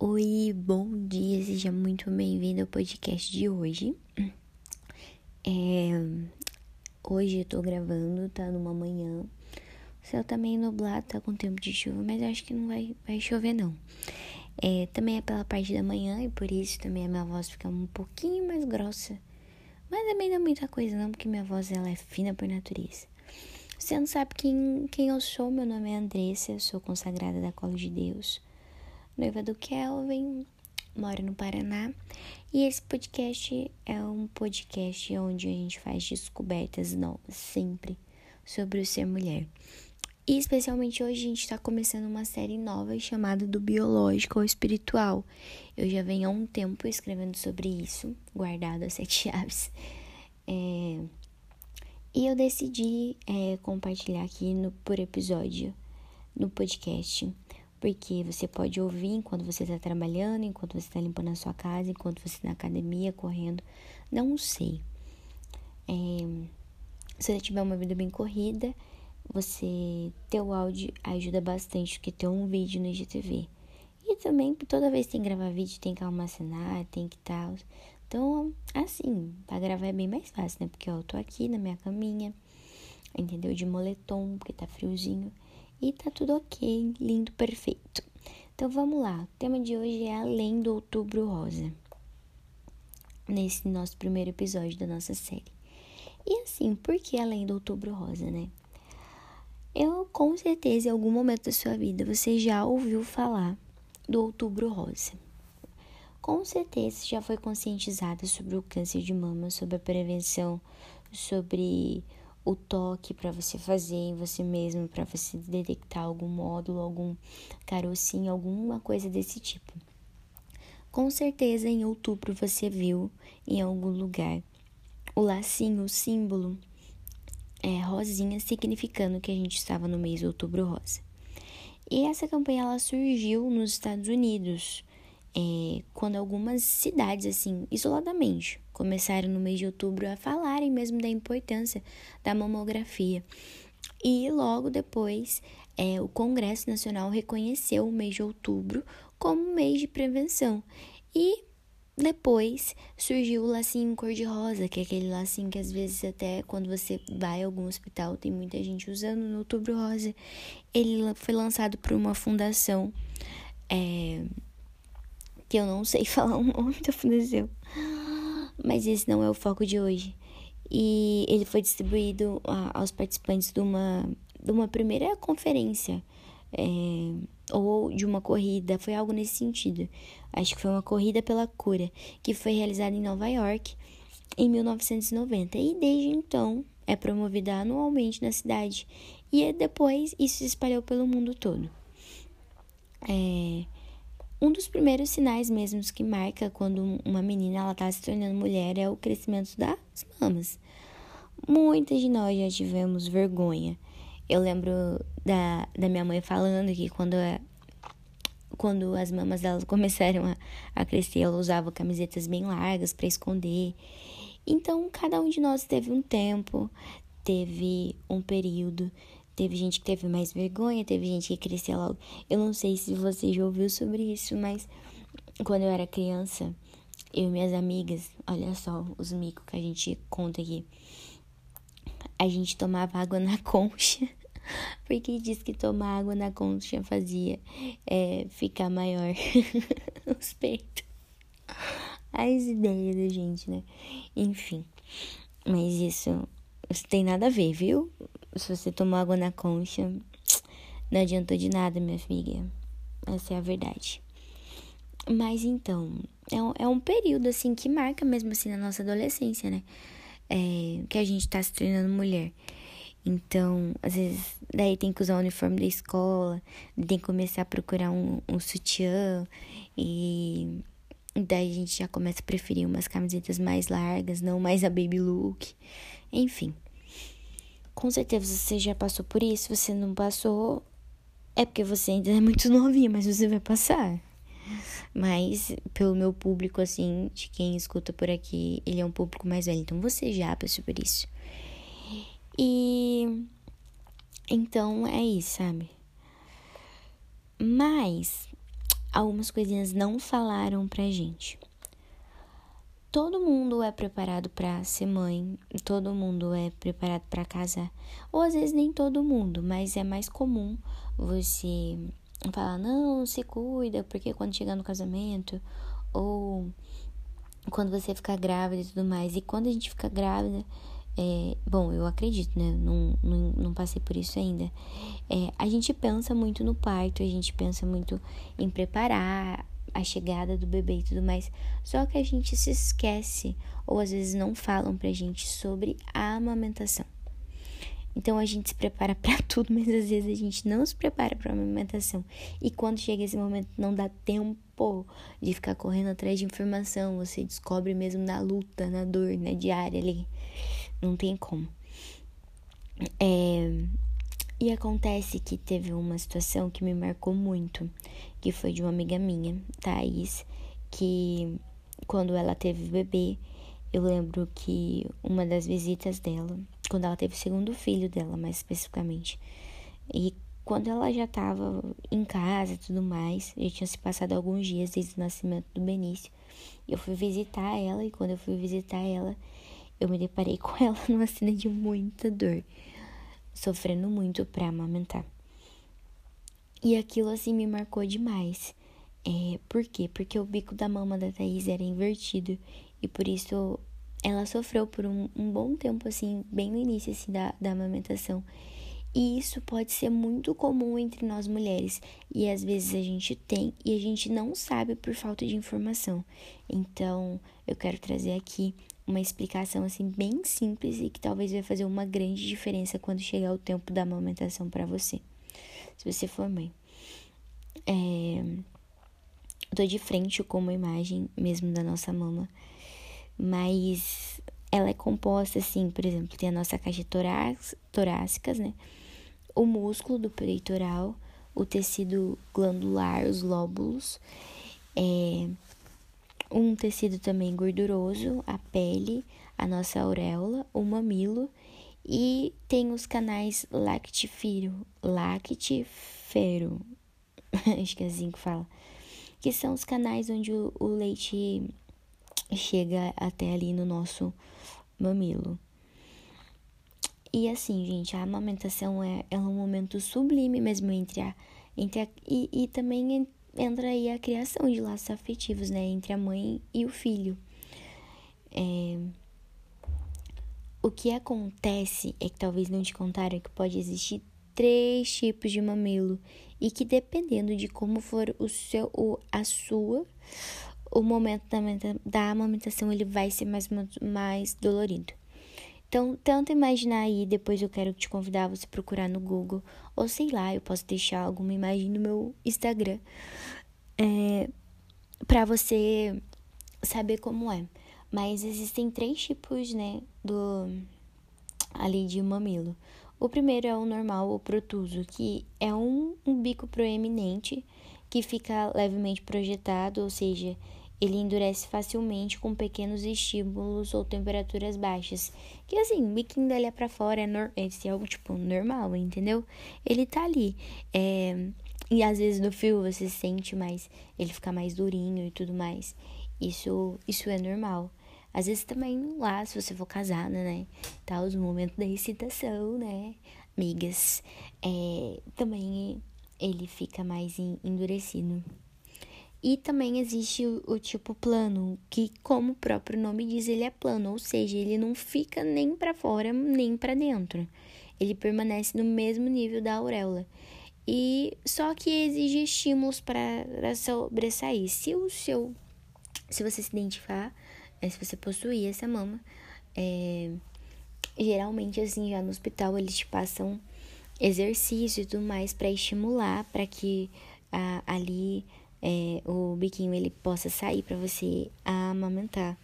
Oi, bom dia, seja muito bem-vindo ao podcast de hoje. Hoje eu tô gravando, tá numa manhã. O céu tá meio nublado, tá com tempo de chuva, mas eu acho que não vai chover não. Também é pela parte da manhã e por isso também a minha voz fica um pouquinho mais grossa. Mas também não é muita coisa não, porque minha voz ela é fina por natureza. Você não sabe quem eu sou, meu nome é Andressa, eu sou consagrada da Cola de Deus, noiva do Kelvin, moro no Paraná. E esse podcast é um podcast onde a gente faz descobertas novas, sempre, sobre o ser mulher. E especialmente hoje a gente está começando uma série nova chamada do biológico ao espiritual. Eu já venho há um tempo escrevendo sobre isso, guardado as 7 chaves. E eu decidi compartilhar aqui por episódio no podcast, porque você pode ouvir enquanto você está trabalhando, enquanto você está limpando a sua casa, enquanto você está na academia, correndo, não sei. Se você tiver uma vida bem corrida, você ter o áudio ajuda bastante, porque ter um vídeo no IGTV. E também, toda vez que tem que gravar vídeo, tem que armazenar, tem que tal. Então, assim, pra gravar é bem mais fácil, né? Porque, eu tô aqui na minha caminha, entendeu? De moletom, porque tá friozinho. E tá tudo ok, lindo, perfeito. Então, vamos lá. O tema de hoje é Além do Outubro Rosa. Nesse nosso primeiro episódio da nossa série. E assim, por que Além do Outubro Rosa, né? Com certeza, em algum momento da sua vida, você já ouviu falar do Outubro Rosa. Com certeza já foi conscientizada sobre o câncer de mama, sobre a prevenção, sobre o toque para você fazer em você mesmo, para você detectar algum módulo, algum carocinho, alguma coisa desse tipo. Com certeza em outubro você viu em algum lugar o lacinho, o símbolo rosinha, significando que a gente estava no mês de outubro rosa. E essa campanha ela surgiu nos Estados Unidos, quando algumas cidades, assim, isoladamente, começaram no mês de outubro a falarem mesmo da importância da mamografia. E logo depois, o Congresso Nacional reconheceu o mês de outubro como mês de prevenção. E depois surgiu o lacinho cor-de-rosa, que é aquele lacinho que às vezes até quando você vai a algum hospital tem muita gente usando no outubro rosa. Ele foi lançado por uma fundação, que eu não sei falar o nome da fundação, mas esse não é o foco de hoje. E ele foi distribuído aos participantes de uma primeira conferência, ou de uma corrida, foi algo nesse sentido. Acho que foi uma corrida pela cura, que foi realizada em Nova York em 1990. E desde então é promovida anualmente na cidade. E depois isso se espalhou pelo mundo todo. Um dos primeiros sinais mesmo que marca quando uma menina ela tá se tornando mulher é o crescimento das mamas. Muitas de nós já tivemos vergonha. Eu lembro da minha mãe falando que quando as mamas delas começaram a crescer, ela usava camisetas bem largas para esconder. Então, cada um de nós teve um tempo, teve um período. Teve gente que teve mais vergonha, teve gente que cresceu logo. Eu não sei se você já ouviu sobre isso, mas quando eu era criança, eu e minhas amigas, olha só os micos que a gente conta aqui. A gente tomava água na concha, porque diz que tomar água na concha fazia ficar maior os peitos. As ideias da gente, né? Enfim, mas isso tem nada a ver, viu? Se você tomar água na concha, não adiantou de nada, minha filha. Essa é a verdade. Mas então, é um período assim que marca mesmo assim na nossa adolescência, né? Que a gente tá se treinando mulher. Então, às vezes, daí tem que usar o uniforme da escola, tem que começar a procurar um sutiã, e daí a gente já começa a preferir umas camisetas mais largas, não mais a baby look, enfim. Com certeza você já passou por isso, se você não passou, é porque você ainda é muito novinha, mas você vai passar. Mas, pelo meu público, assim, de quem escuta por aqui, ele é um público mais velho, então você já passou por isso. E então é isso, sabe? Mas algumas coisinhas não falaram pra gente. Todo mundo é preparado para ser mãe, todo mundo é preparado para casar. Ou às vezes nem todo mundo, mas é mais comum você falar, não, se cuida, porque quando chegar no casamento, ou quando você ficar grávida e tudo mais. E quando a gente fica grávida, bom, eu acredito, né? Não passei por isso ainda. A gente pensa muito no parto, a gente pensa muito em preparar a chegada do bebê e tudo mais. Só que a gente se esquece, ou às vezes não falam pra gente sobre a amamentação. Então a gente se prepara pra tudo, mas às vezes a gente não se prepara pra amamentação. E quando chega esse momento, não dá tempo de ficar correndo atrás de informação. Você descobre mesmo na luta, na dor, na diária ali. Não tem como. E acontece que teve uma situação que me marcou muito, que foi de uma amiga minha, Thaís, que quando ela teve bebê, eu lembro que uma das visitas dela, quando ela teve o segundo filho dela, mais especificamente, e quando ela já estava em casa e tudo mais, já tinha se passado alguns dias desde o nascimento do Benício, eu fui visitar ela, e quando eu fui visitar ela, eu me deparei com ela numa cena de muita dor, sofrendo muito pra amamentar. E aquilo assim me marcou demais. Por quê? Porque o bico da mama da Thaís era invertido. E por isso ela sofreu por um bom tempo, assim, bem no início assim, da amamentação. E isso pode ser muito comum entre nós mulheres. E às vezes a gente tem e a gente não sabe por falta de informação. Então eu quero trazer aqui uma explicação assim bem simples e que talvez vai fazer uma grande diferença quando chegar o tempo da amamentação para você, se você for mãe. Tô de frente com uma imagem mesmo da nossa mama, mas ela é composta assim, por exemplo, tem a nossa caixa torácica, né? O músculo do peitoral, o tecido glandular, os lóbulos, um tecido também gorduroso, a pele, a nossa auréola, o mamilo e tem os canais lactífero, acho que é assim que fala, que são os canais onde o leite chega até ali no nosso mamilo. E assim, gente, a amamentação é um momento sublime mesmo e também entra aí a criação de laços afetivos, né, entre a mãe e o filho. O que acontece é que talvez não te contaram que pode existir 3 tipos de mamilo e que dependendo de como for o momento da amamentação, ele vai ser mais dolorido. Então, tenta imaginar aí, depois eu quero te convidar a você procurar no Google, ou sei lá, eu posso deixar alguma imagem no meu Instagram, pra você saber como é. Mas existem 3 tipos, né, ali de mamilo. O primeiro é o normal, o protuso, que é um bico proeminente que fica levemente projetado, ou seja, ele endurece facilmente com pequenos estímulos ou temperaturas baixas. Que assim, o biquinho dele é pra fora, esse é algo tipo normal, entendeu? Ele tá ali. E às vezes no fio você sente mais, ele fica mais durinho e tudo mais. Isso é normal. Às vezes também lá, se você for casada, né? Tá, os momentos da excitação, né? Amigas. Também ele fica mais endurecido. E também existe o tipo plano, que como o próprio nome diz, ele é plano, ou seja, ele não fica nem para fora nem para dentro. Ele permanece no mesmo nível da auréola. E só que exige estímulos para sobressair. Se você se identificar, se você possuir essa mama, geralmente assim já no hospital eles te passam exercício e tudo mais para estimular, para que ali o biquinho ele possa sair para você amamentar.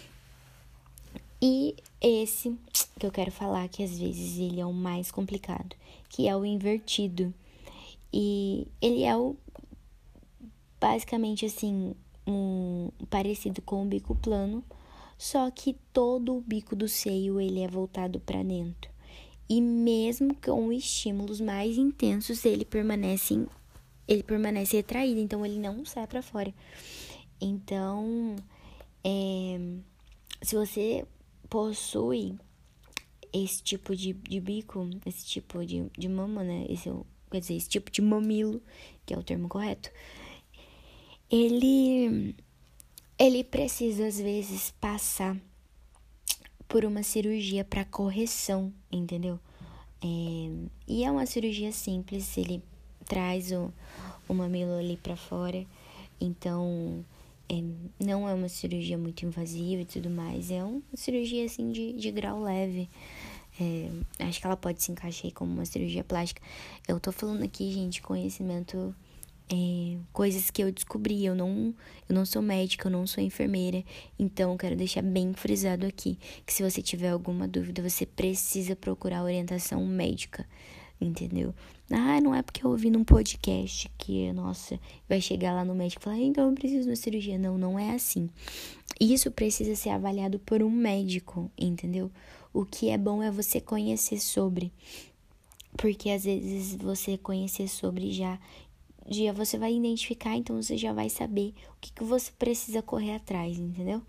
E esse que eu quero falar, que às vezes ele é o mais complicado, que é o invertido. E ele é basicamente assim, parecido com o bico plano, só que todo o bico do seio ele é voltado para dentro. E mesmo com estímulos mais intensos, ele permanece ele permanece retraído, então ele não sai pra fora. Então, se você possui esse tipo de bico, esse tipo de mama, né? Quer dizer, esse tipo de mamilo, que é o termo correto, ele precisa, às vezes, passar por uma cirurgia para correção, entendeu? E é uma cirurgia simples, ele traz o mamilo ali para fora, então não é uma cirurgia muito invasiva e tudo mais, é uma cirurgia assim de grau leve. Acho que ela pode se encaixar aí como uma cirurgia plástica. Eu tô falando aqui, gente, conhecimento, coisas que eu descobri. Eu não sou médica, eu não sou enfermeira, então eu quero deixar bem frisado aqui que se você tiver alguma dúvida, você precisa procurar orientação médica, entendeu? Não é porque eu ouvi num podcast que, nossa, vai chegar lá no médico e falar, então eu preciso de uma cirurgia. Não é assim. Isso precisa ser avaliado por um médico, entendeu? O que é bom é você conhecer sobre, porque às vezes você conhecer sobre já você vai identificar, então você já vai saber o que você precisa correr atrás, entendeu?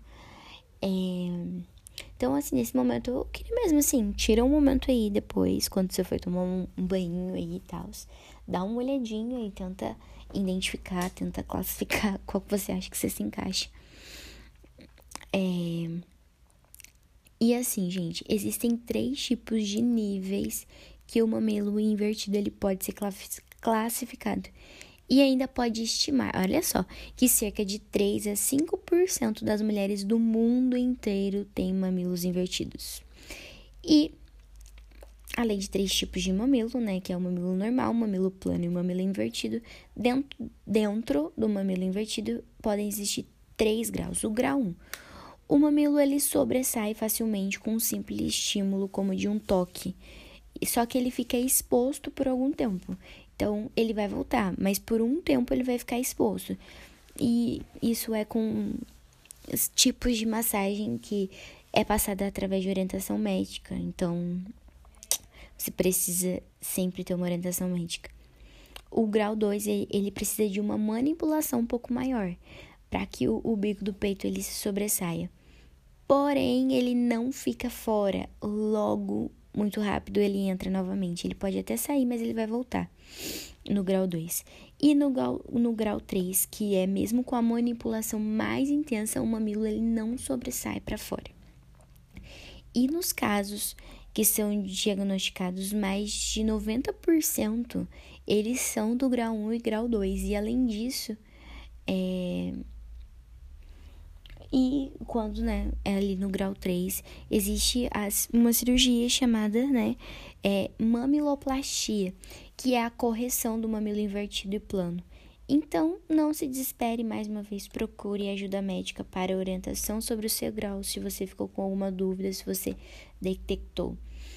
Então, assim, nesse momento, eu queria mesmo, assim, tira um momento aí depois, quando você for tomar um banho aí e tal, dá uma olhadinha e tenta identificar, tenta classificar qual que você acha que você se encaixa. E assim, gente, existem 3 tipos de níveis que o mamilo invertido ele pode ser classificado. E ainda pode estimar, olha só, que cerca de 3 a 5% das mulheres do mundo inteiro têm mamilos invertidos. E, além de 3 tipos de mamilo, né, que é o mamilo normal, o mamilo plano e o mamilo invertido, dentro do mamilo invertido podem existir 3 graus. O grau 1, o mamilo ele sobressai facilmente com um simples estímulo, como de um toque, só que ele fica exposto por algum tempo. Então, ele vai voltar, mas por um tempo ele vai ficar exposto. E isso é com os tipos de massagem que é passada através de orientação médica. Então, você precisa sempre ter uma orientação médica. O grau 2, ele precisa de uma manipulação um pouco maior, para que o bico do peito ele se sobressaia. Porém, ele não fica fora logo muito rápido, ele entra novamente. Ele pode até sair, mas ele vai voltar no grau 2. E no grau 3, que é mesmo com a manipulação mais intensa, o mamilo ele não sobressai para fora. E nos casos que são diagnosticados, mais de 90%, eles são do grau 1 e grau 2. E além disso, E quando, né, é ali no grau 3, existe uma cirurgia chamada, né, mamiloplastia, que é a correção do mamilo invertido e plano. Então, não se desespere, mais uma vez, procure ajuda médica para orientação sobre o seu grau, se você ficou com alguma dúvida, se você detectou.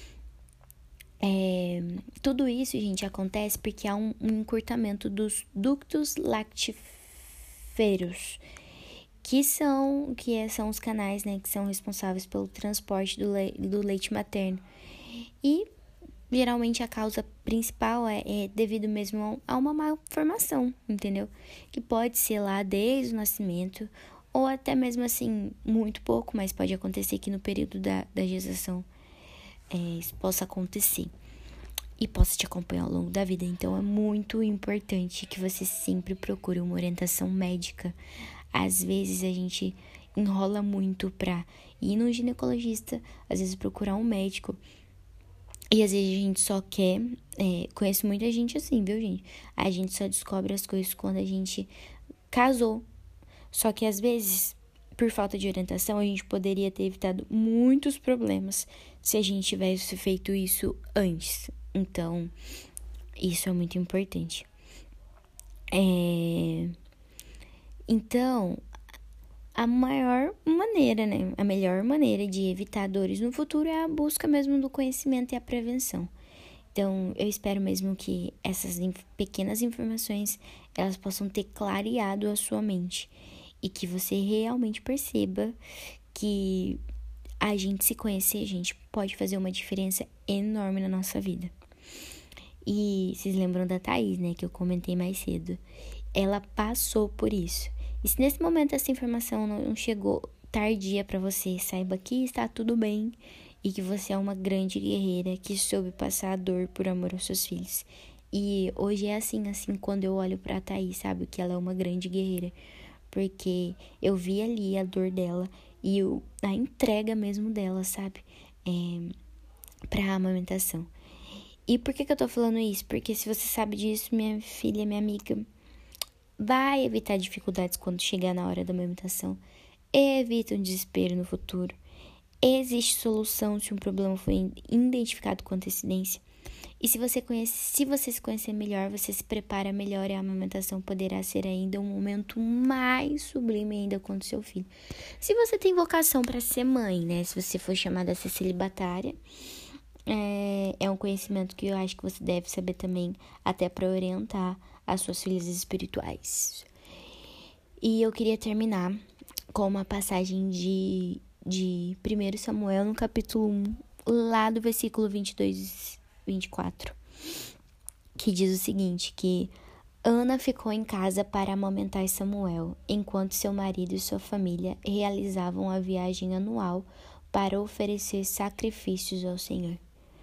Tudo isso, gente, acontece porque há um encurtamento dos ductos lactíferos, que são os canais, né, que são responsáveis pelo transporte do leite materno. E, geralmente, a causa principal é devido mesmo a uma malformação, entendeu? Que pode ser lá desde o nascimento, ou até mesmo assim, muito pouco, mas pode acontecer que no período da gestação isso possa acontecer. E possa te acompanhar ao longo da vida. Então, é muito importante que você sempre procure uma orientação médica. Às vezes, a gente enrola muito pra ir no ginecologista, às vezes procurar um médico. E às vezes a gente só quer... conheço muita gente assim, viu, gente? A gente só descobre as coisas quando a gente casou. Só que às vezes, por falta de orientação, a gente poderia ter evitado muitos problemas se a gente tivesse feito isso antes. Então, isso é muito importante. Então, a melhor maneira de evitar dores no futuro é a busca mesmo do conhecimento e a prevenção. Então, eu espero mesmo que essas pequenas informações, elas possam ter clareado a sua mente e que você realmente perceba que a gente se conhecer, a gente pode fazer uma diferença enorme na nossa vida. E vocês lembram da Thaís, né, que eu comentei mais cedo. Ela passou por isso. E se nesse momento essa informação não chegou tardia pra você, saiba que está tudo bem e que você é uma grande guerreira que soube passar a dor por amor aos seus filhos. E hoje é assim quando eu olho pra Thaís, sabe, que ela é uma grande guerreira. Porque eu vi ali a dor dela e a entrega mesmo dela, sabe, pra amamentação. E por que eu tô falando isso? Porque se você sabe disso, minha filha, minha amiga, vai evitar dificuldades quando chegar na hora da amamentação. Evita um desespero no futuro. Existe solução se um problema foi identificado com antecedência. E se você se conhecer melhor, você se prepara melhor e a amamentação poderá ser ainda um momento mais sublime ainda com o seu filho. Se você tem vocação para ser mãe, né? Se você for chamada a ser celibatária, é um conhecimento que eu acho que você deve saber também, até para orientar as suas filhas espirituais. E eu queria terminar com uma passagem de 1 Samuel, no capítulo 1, lá do versículo 22 e 24, que diz o seguinte, que Ana ficou em casa para amamentar Samuel, enquanto seu marido e sua família realizavam a viagem anual para oferecer sacrifícios ao Senhor.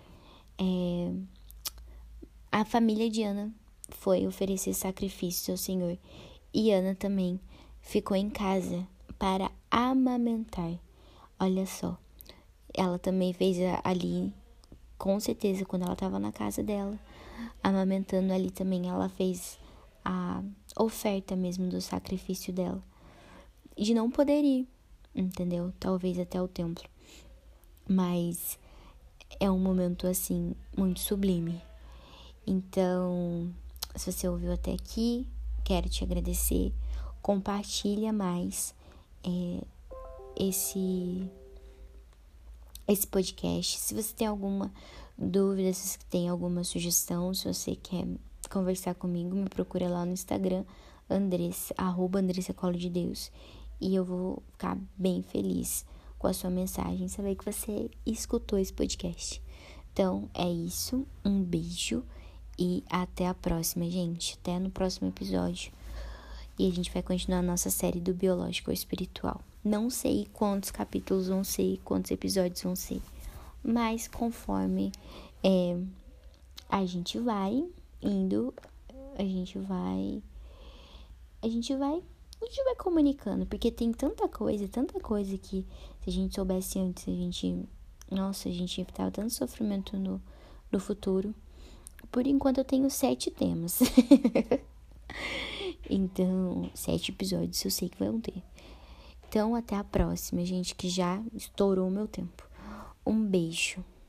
A família de Ana foi oferecer sacrifícios ao Senhor e Ana também ficou em casa para amamentar. Olha só, ela também fez ali, com certeza, quando ela estava na casa dela, amamentando ali também, ela fez a oferta mesmo do sacrifício dela, de não poder ir, entendeu? Talvez até o templo, mas é um momento assim, muito sublime. Então, se você ouviu até aqui, quero te agradecer. Compartilha mais esse podcast. Se você tem alguma dúvida, se você tem alguma sugestão, se você quer conversar comigo, me procura lá no Instagram, @Andressa Colo de Deus. E eu vou ficar bem feliz com a sua mensagem, saber que você escutou esse podcast. Então, é isso. Um beijo e até a próxima, gente. Até no próximo episódio. E a gente vai continuar a nossa série do biológico ao espiritual. Não sei quantos capítulos vão ser, quantos episódios vão ser. Mas conforme a gente vai indo, a gente vai comunicando. Porque tem tanta coisa que se a gente soubesse antes, a gente evitava tanto sofrimento no futuro. Por enquanto eu tenho 7 temas. Então, 7 episódios eu sei que vão ter. Então, até a próxima, gente, que já estourou o meu tempo. Um beijo.